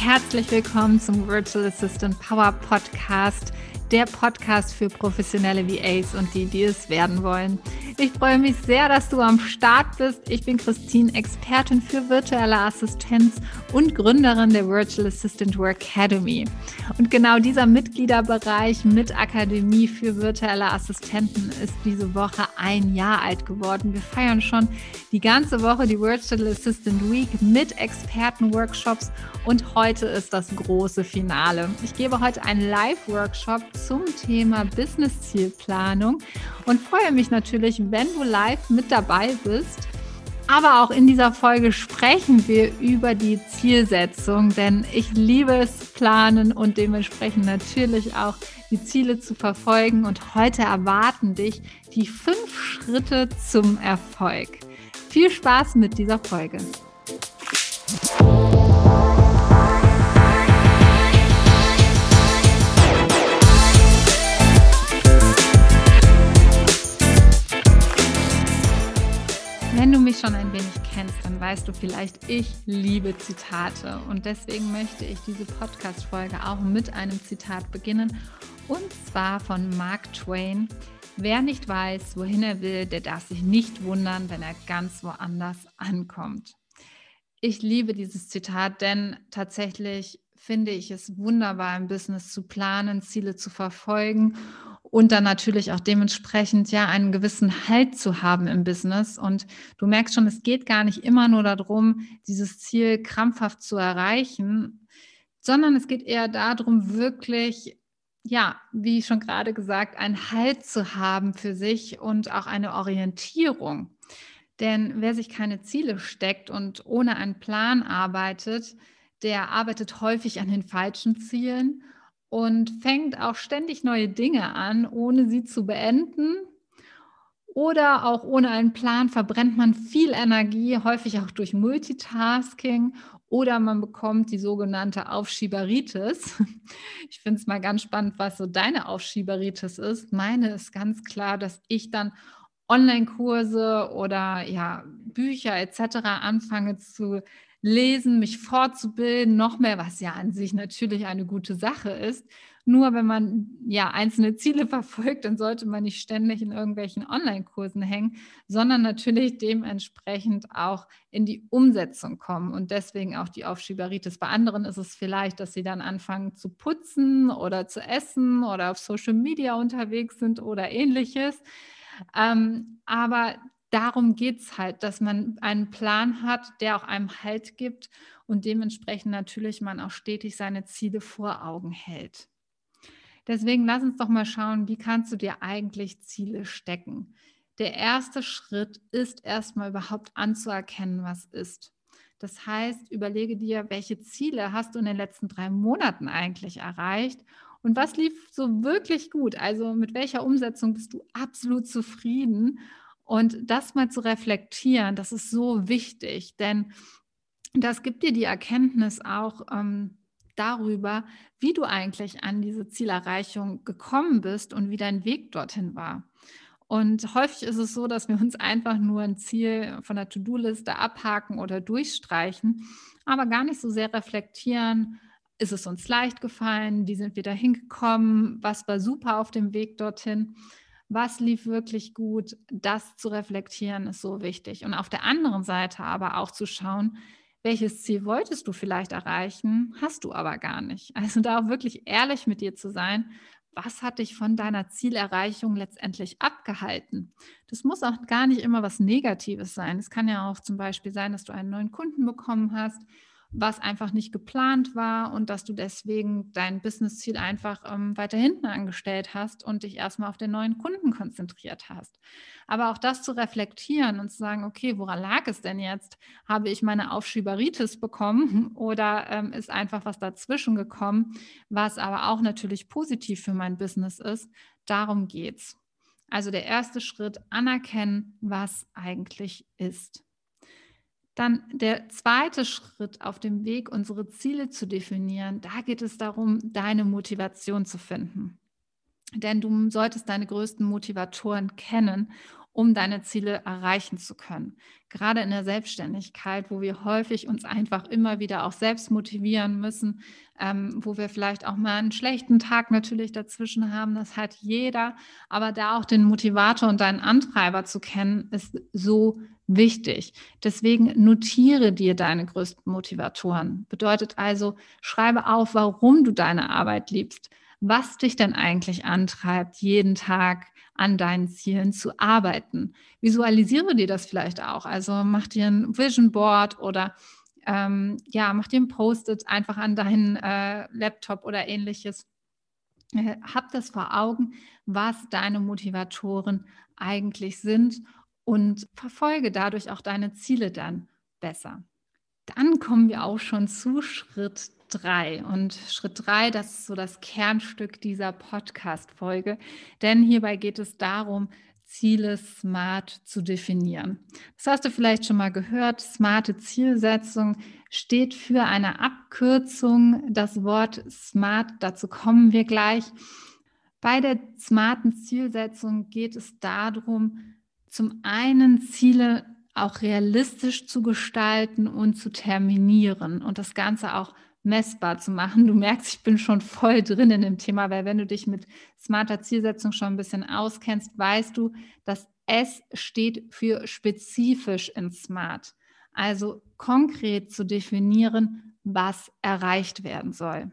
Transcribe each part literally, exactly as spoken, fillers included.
herzlich willkommen zum Virtual Assistant Power Podcast, der Podcast für professionelle V As und die, die es werden wollen. Ich freue mich sehr, dass du am Start bist. Ich bin Christine, Expertin für virtuelle Assistenz und Gründerin der Virtual Assistant Workademy. Und genau dieser Mitgliederbereich mit Akademie für virtuelle Assistenten ist diese Woche ein Jahr alt geworden. Wir feiern schon die ganze Woche die Virtual Assistant Week mit Expertenworkshops und heute ist das große Finale. Ich gebe heute einen Live-Workshop zum Thema Business-Zielplanung und freue mich natürlich, wenn du live mit dabei bist. Aber auch in dieser Folge sprechen wir über die Zielsetzung, denn ich liebe es, planen und dementsprechend natürlich auch die Ziele zu verfolgen. Und heute erwarten dich die fünf Schritte zum Erfolg. Viel Spaß mit dieser Folge. Wenn du mich schon ein wenig kennst, dann weißt du vielleicht, ich liebe Zitate und deswegen möchte ich diese Podcast-Folge auch mit einem Zitat beginnen und zwar von Mark Twain. Wer nicht weiß, wohin er will, der darf sich nicht wundern, wenn er ganz woanders ankommt. Ich liebe dieses Zitat, denn tatsächlich finde ich es wunderbar, im Business zu planen, Ziele zu verfolgen und dann natürlich auch dementsprechend ja einen gewissen Halt zu haben im Business. Und du merkst schon, es geht gar nicht immer nur darum, dieses Ziel krampfhaft zu erreichen, sondern es geht eher darum, wirklich, ja, wie schon gerade gesagt, einen Halt zu haben für sich und auch eine Orientierung. Denn wer sich keine Ziele steckt und ohne einen Plan arbeitet, der arbeitet häufig an den falschen Zielen und fängt auch ständig neue Dinge an, ohne sie zu beenden. Oder auch ohne einen Plan verbrennt man viel Energie, häufig auch durch Multitasking. Oder man bekommt die sogenannte Aufschieberitis. Ich finde es mal ganz spannend, was so deine Aufschieberitis ist. Meine ist ganz klar, dass ich dann Online-Kurse oder ja, Bücher et cetera anfange zu lesen, mich fortzubilden, noch mehr, was ja an sich natürlich eine gute Sache ist. Nur wenn man ja einzelne Ziele verfolgt, dann sollte man nicht ständig in irgendwelchen Online-Kursen hängen, sondern natürlich dementsprechend auch in die Umsetzung kommen und deswegen auch die Aufschieberitis. Bei anderen ist es vielleicht, dass sie dann anfangen zu putzen oder zu essen oder auf Social Media unterwegs sind oder ähnliches. Ähm, aber darum geht es halt, dass man einen Plan hat, der auch einem Halt gibt und dementsprechend natürlich man auch stetig seine Ziele vor Augen hält. Deswegen lass uns doch mal schauen, wie kannst du dir eigentlich Ziele stecken? Der erste Schritt ist erstmal überhaupt anzuerkennen, was ist. Das heißt, überlege dir, welche Ziele hast du in den letzten drei Monaten eigentlich erreicht und was lief so wirklich gut? Also mit welcher Umsetzung bist du absolut zufrieden? Und das mal zu reflektieren, das ist so wichtig, denn das gibt dir die Erkenntnis auch ähm, darüber, wie du eigentlich an diese Zielerreichung gekommen bist und wie dein Weg dorthin war. Und häufig ist es so, dass wir uns einfach nur ein Ziel von der To-Do-Liste abhaken oder durchstreichen, aber gar nicht so sehr reflektieren, ist es uns leicht gefallen, wie sind wir da hingekommen, was war super auf dem Weg dorthin, was lief wirklich gut, das zu reflektieren ist so wichtig. Und auf der anderen Seite aber auch zu schauen, welches Ziel wolltest du vielleicht erreichen, hast du aber gar nicht. Also da auch wirklich ehrlich mit dir zu sein, was hat dich von deiner Zielerreichung letztendlich abgehalten? Das muss auch gar nicht immer was Negatives sein. Es kann ja auch zum Beispiel sein, dass du einen neuen Kunden bekommen hast, was einfach nicht geplant war und dass du deswegen dein Businessziel einfach ähm, weiter hinten angestellt hast und dich erstmal auf den neuen Kunden konzentriert hast. Aber auch das zu reflektieren und zu sagen, okay, woran lag es denn jetzt? Habe ich meine Aufschieberitis bekommen oder ähm, ist einfach was dazwischen gekommen, was aber auch natürlich positiv für mein Business ist? Darum geht's. Also der erste Schritt, anerkennen, was eigentlich ist. Dann der zweite Schritt auf dem Weg, unsere Ziele zu definieren. Da geht es darum, deine Motivation zu finden. Denn du solltest deine größten Motivatoren kennen, um deine Ziele erreichen zu können. Gerade in der Selbstständigkeit, wo wir häufig uns einfach immer wieder auch selbst motivieren müssen, ähm, wo wir vielleicht auch mal einen schlechten Tag natürlich dazwischen haben, das hat jeder, aber da auch den Motivator und deinen Antreiber zu kennen, ist so wichtig. Deswegen notiere dir deine größten Motivatoren. Bedeutet also, schreibe auf, warum du deine Arbeit liebst, was dich denn eigentlich antreibt, jeden Tag an deinen Zielen zu arbeiten. Visualisiere dir das vielleicht auch. Also mach dir ein Vision Board oder ähm, ja, mach dir ein Post-it einfach an deinen äh, Laptop oder ähnliches. Äh, hab das vor Augen, was deine Motivatoren eigentlich sind und verfolge dadurch auch deine Ziele dann besser. Dann kommen wir auch schon zu Schritt drei. Und Schritt drei, das ist so das Kernstück dieser Podcast-Folge, denn hierbei geht es darum, Ziele smart zu definieren. Das hast du vielleicht schon mal gehört. Smarte Zielsetzung steht für eine Abkürzung. Das Wort smart, dazu kommen wir gleich. Bei der smarten Zielsetzung geht es darum, zum einen Ziele auch realistisch zu gestalten und zu terminieren und das Ganze auch messbar zu machen. Du merkst, ich bin schon voll drin in dem Thema, weil wenn du dich mit smarter Zielsetzung schon ein bisschen auskennst, weißt du, dass S steht für spezifisch in Smart. Also konkret zu definieren, was erreicht werden soll.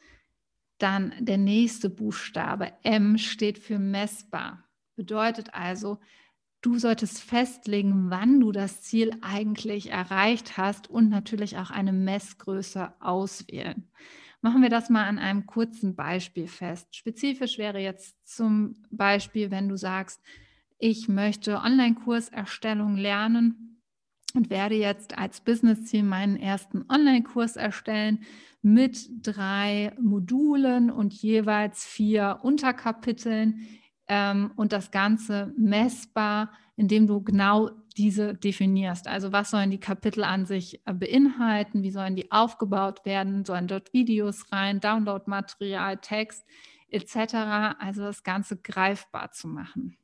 Dann der nächste Buchstabe, M, steht für messbar. Bedeutet also, du solltest festlegen, wann du das Ziel eigentlich erreicht hast und natürlich auch eine Messgröße auswählen. Machen wir das mal an einem kurzen Beispiel fest. Spezifisch wäre jetzt zum Beispiel, wenn du sagst, ich möchte Online-Kurserstellung lernen und werde jetzt als Business-Ziel meinen ersten Online-Kurs erstellen mit drei Modulen und jeweils vier Unterkapiteln ähm, und das Ganze messbar, indem du genau diese definierst. Also was sollen die Kapitel an sich äh, beinhalten, wie sollen die aufgebaut werden, sollen dort Videos rein, Downloadmaterial, Text et cetera. Also das Ganze greifbar zu machen.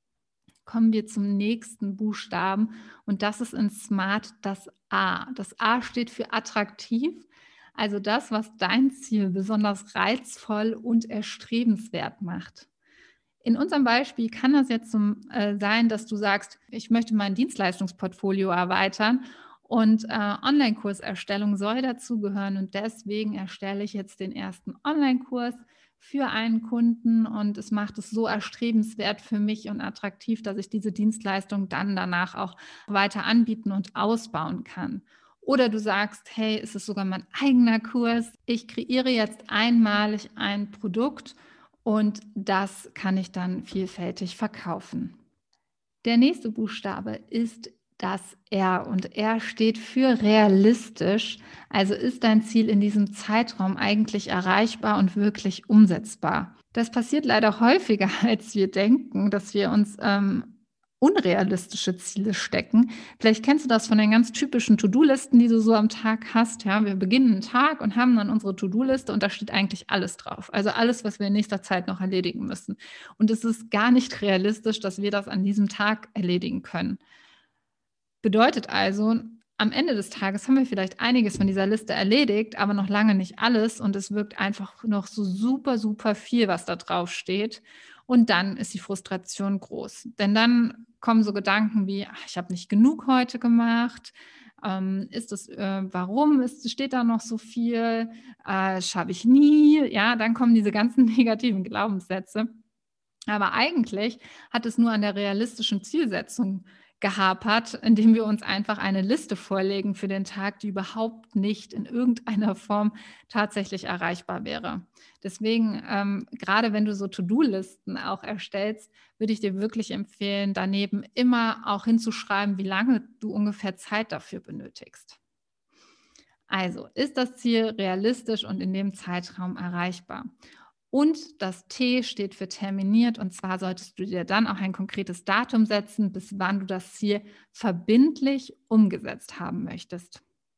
Kommen wir zum nächsten Buchstaben und das ist in Smart das A. Das A steht für attraktiv, also das, was dein Ziel besonders reizvoll und erstrebenswert macht. In unserem Beispiel kann das jetzt zum, äh, sein, dass du sagst, ich möchte mein Dienstleistungsportfolio erweitern und äh, Online-Kurserstellung soll dazugehören und deswegen erstelle ich jetzt den ersten Online-Kurs für einen Kunden und es macht es so erstrebenswert für mich und attraktiv, dass ich diese Dienstleistung dann danach auch weiter anbieten und ausbauen kann. Oder du sagst, hey, es ist sogar mein eigener Kurs. Ich kreiere jetzt einmalig ein Produkt und das kann ich dann vielfältig verkaufen. Der nächste Buchstabe ist das R und R steht für realistisch. Also ist dein Ziel in diesem Zeitraum eigentlich erreichbar und wirklich umsetzbar? Das passiert leider häufiger, als wir denken, dass wir uns ähm, unrealistische Ziele stecken. Vielleicht kennst du das von den ganz typischen To-Do-Listen, die du so am Tag hast. Ja, wir beginnen einen Tag und haben dann unsere To-Do-Liste und da steht eigentlich alles drauf. Also alles, was wir in nächster Zeit noch erledigen müssen. Und es ist gar nicht realistisch, dass wir das an diesem Tag erledigen können. Bedeutet also, am Ende des Tages haben wir vielleicht einiges von dieser Liste erledigt, aber noch lange nicht alles und es wirkt einfach noch so super, super viel, was da drauf steht. Und dann ist die Frustration groß. Denn dann kommen so Gedanken wie, ach, ich habe nicht genug heute gemacht. Ähm, ist das, äh, warum ist, steht da noch so viel? Äh, schaffe ich nie? Ja, dann kommen diese ganzen negativen Glaubenssätze. Aber eigentlich hat es nur an der realistischen Zielsetzung gehapert, indem wir uns einfach eine Liste vorlegen für den Tag, die überhaupt nicht in irgendeiner Form tatsächlich erreichbar wäre. Deswegen, ähm, gerade wenn du so To-Do-Listen auch erstellst, würde ich dir wirklich empfehlen, daneben immer auch hinzuschreiben, wie lange du ungefähr Zeit dafür benötigst. Also, ist das Ziel realistisch und in dem Zeitraum erreichbar? Und das T steht für terminiert und zwar solltest du dir dann auch ein konkretes Datum setzen, bis wann du das Ziel verbindlich umgesetzt haben möchtest.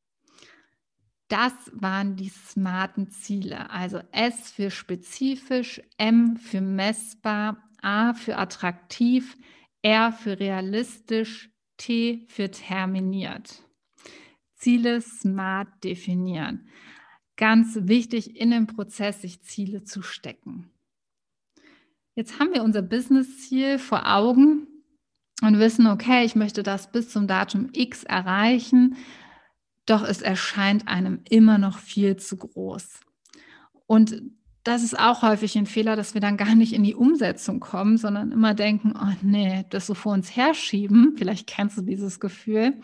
Das waren die smarten Ziele. Also S für spezifisch, M für messbar, A für attraktiv, R für realistisch, T für terminiert. Ziele smart definieren. Ganz wichtig in dem Prozess, sich Ziele zu stecken. Jetzt haben wir unser Business-Ziel vor Augen und wissen, okay, ich möchte das bis zum Datum X erreichen, doch es erscheint einem immer noch viel zu groß. Und das ist auch häufig ein Fehler, dass wir dann gar nicht in die Umsetzung kommen, sondern immer denken, oh nee, das so vor uns herschieben. Vielleicht kennst du dieses Gefühl.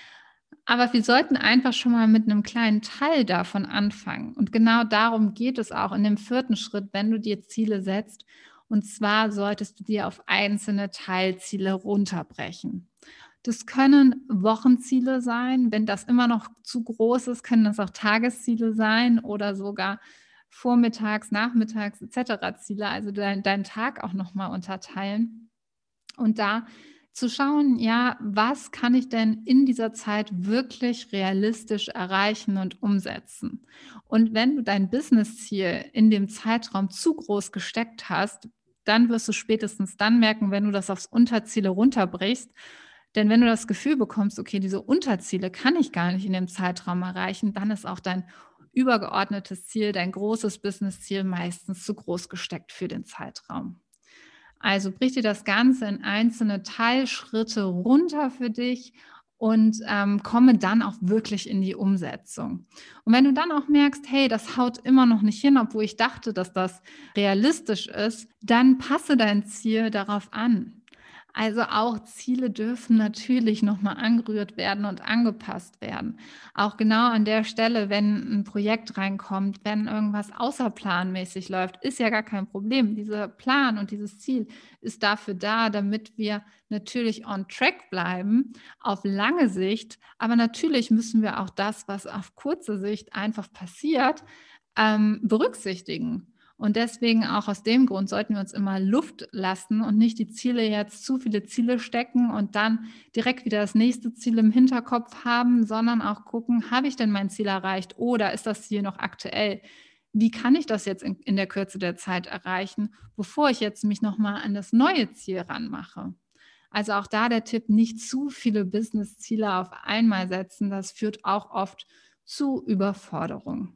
Aber wir sollten einfach schon mal mit einem kleinen Teil davon anfangen. Und genau darum geht es auch in dem vierten Schritt, wenn du dir Ziele setzt. Und zwar solltest du dir auf einzelne Teilziele runterbrechen. Das können Wochenziele sein. Wenn das immer noch zu groß ist, können das auch Tagesziele sein oder sogar Vormittags-, Nachmittags- et cetera Ziele, also dein, deinen Tag auch nochmal unterteilen. Und da zu schauen, ja, was kann ich denn in dieser Zeit wirklich realistisch erreichen und umsetzen? Und wenn du dein Business-Ziel in dem Zeitraum zu groß gesteckt hast, dann wirst du spätestens dann merken, wenn du das aufs Unterziele runterbrichst. Denn wenn du das Gefühl bekommst, okay, diese Unterziele kann ich gar nicht in dem Zeitraum erreichen, dann ist auch dein übergeordnetes Ziel, dein großes Business-Ziel meistens zu groß gesteckt für den Zeitraum. Also brich dir das Ganze in einzelne Teilschritte runter für dich und ähm, komme dann auch wirklich in die Umsetzung. Und wenn du dann auch merkst, hey, das haut immer noch nicht hin, obwohl ich dachte, dass das realistisch ist, dann passe dein Ziel darauf an. Also auch Ziele dürfen natürlich nochmal angerührt werden und angepasst werden. Auch genau an der Stelle, wenn ein Projekt reinkommt, wenn irgendwas außerplanmäßig läuft, ist ja gar kein Problem. Dieser Plan und dieses Ziel ist dafür da, damit wir natürlich on track bleiben, auf lange Sicht. Aber natürlich müssen wir auch das, was auf kurze Sicht einfach passiert, ähm, berücksichtigen. Und deswegen auch aus dem Grund sollten wir uns immer Luft lassen und nicht die Ziele jetzt zu viele Ziele stecken und dann direkt wieder das nächste Ziel im Hinterkopf haben, sondern auch gucken, habe ich denn mein Ziel erreicht oder ist das Ziel noch aktuell? Wie kann ich das jetzt in, in der Kürze der Zeit erreichen, bevor ich jetzt mich nochmal an das neue Ziel ranmache? Also auch da der Tipp, nicht zu viele Business-Ziele auf einmal setzen, das führt auch oft zu Überforderung.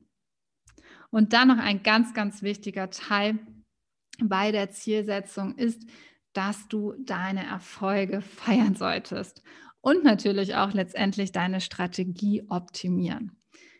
Und dann noch ein ganz, ganz wichtiger Teil bei der Zielsetzung ist, dass du deine Erfolge feiern solltest und natürlich auch letztendlich deine Strategie optimieren.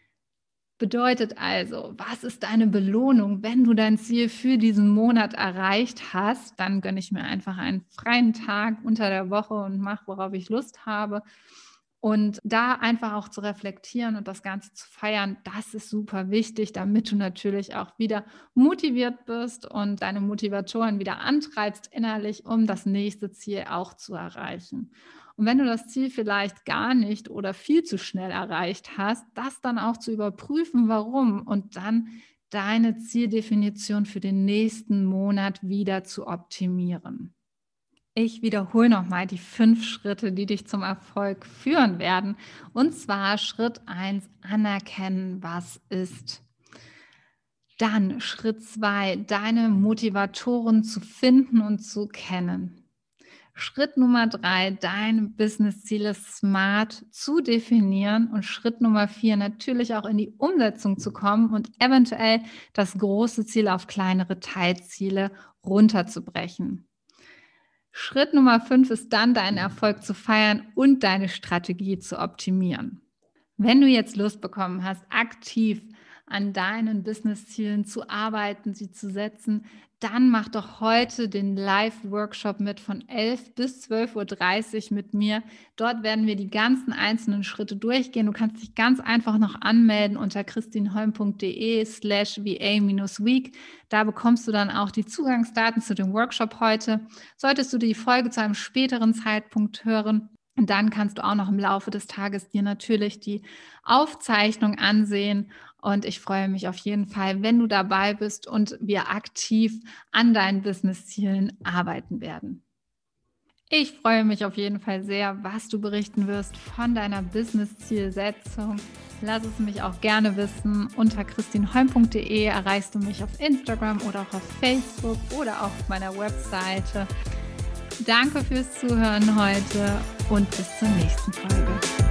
Bedeutet also, was ist deine Belohnung, wenn du dein Ziel für diesen Monat erreicht hast? Dann gönne ich mir einfach einen freien Tag unter der Woche und mache, worauf ich Lust habe. Und da einfach auch zu reflektieren und das Ganze zu feiern, das ist super wichtig, damit du natürlich auch wieder motiviert bist und deine Motivatoren wieder antreibst innerlich, um das nächste Ziel auch zu erreichen. Und wenn du das Ziel vielleicht gar nicht oder viel zu schnell erreicht hast, das dann auch zu überprüfen, warum und dann deine Zieldefinition für den nächsten Monat wieder zu optimieren. Ich wiederhole nochmal die fünf Schritte, die dich zum Erfolg führen werden. Und zwar Schritt eins, anerkennen, was ist. Dann Schritt zwei, deine Motivatoren zu finden und zu kennen. Schritt Nummer drei, deine Business-Ziele smart zu definieren. Und Schritt Nummer vier, natürlich auch in die Umsetzung zu kommen und eventuell das große Ziel auf kleinere Teilziele runterzubrechen. Schritt Nummer fünf ist dann, deinen Erfolg zu feiern und deine Strategie zu optimieren. Wenn du jetzt Lust bekommen hast, aktiv an deinen Business-Zielen zu arbeiten, sie zu setzen, dann mach doch heute den Live-Workshop mit von elf bis zwölf Uhr dreißig mit mir. Dort werden wir die ganzen einzelnen Schritte durchgehen. Du kannst dich ganz einfach noch anmelden unter kristinholm.de slash va-week. Da bekommst du dann auch die Zugangsdaten zu dem Workshop heute. Solltest du die Folge zu einem späteren Zeitpunkt hören, und dann kannst du auch noch im Laufe des Tages dir natürlich die Aufzeichnung ansehen. Und ich freue mich auf jeden Fall, wenn du dabei bist und wir aktiv an deinen Business-Zielen arbeiten werden. Ich freue mich auf jeden Fall sehr, was du berichten wirst von deiner Business-Zielsetzung. Lass es mich auch gerne wissen. Unter kristinholm.de erreichst du mich auf Instagram oder auch auf Facebook oder auch auf meiner Webseite. Danke fürs Zuhören heute und bis zur nächsten Folge.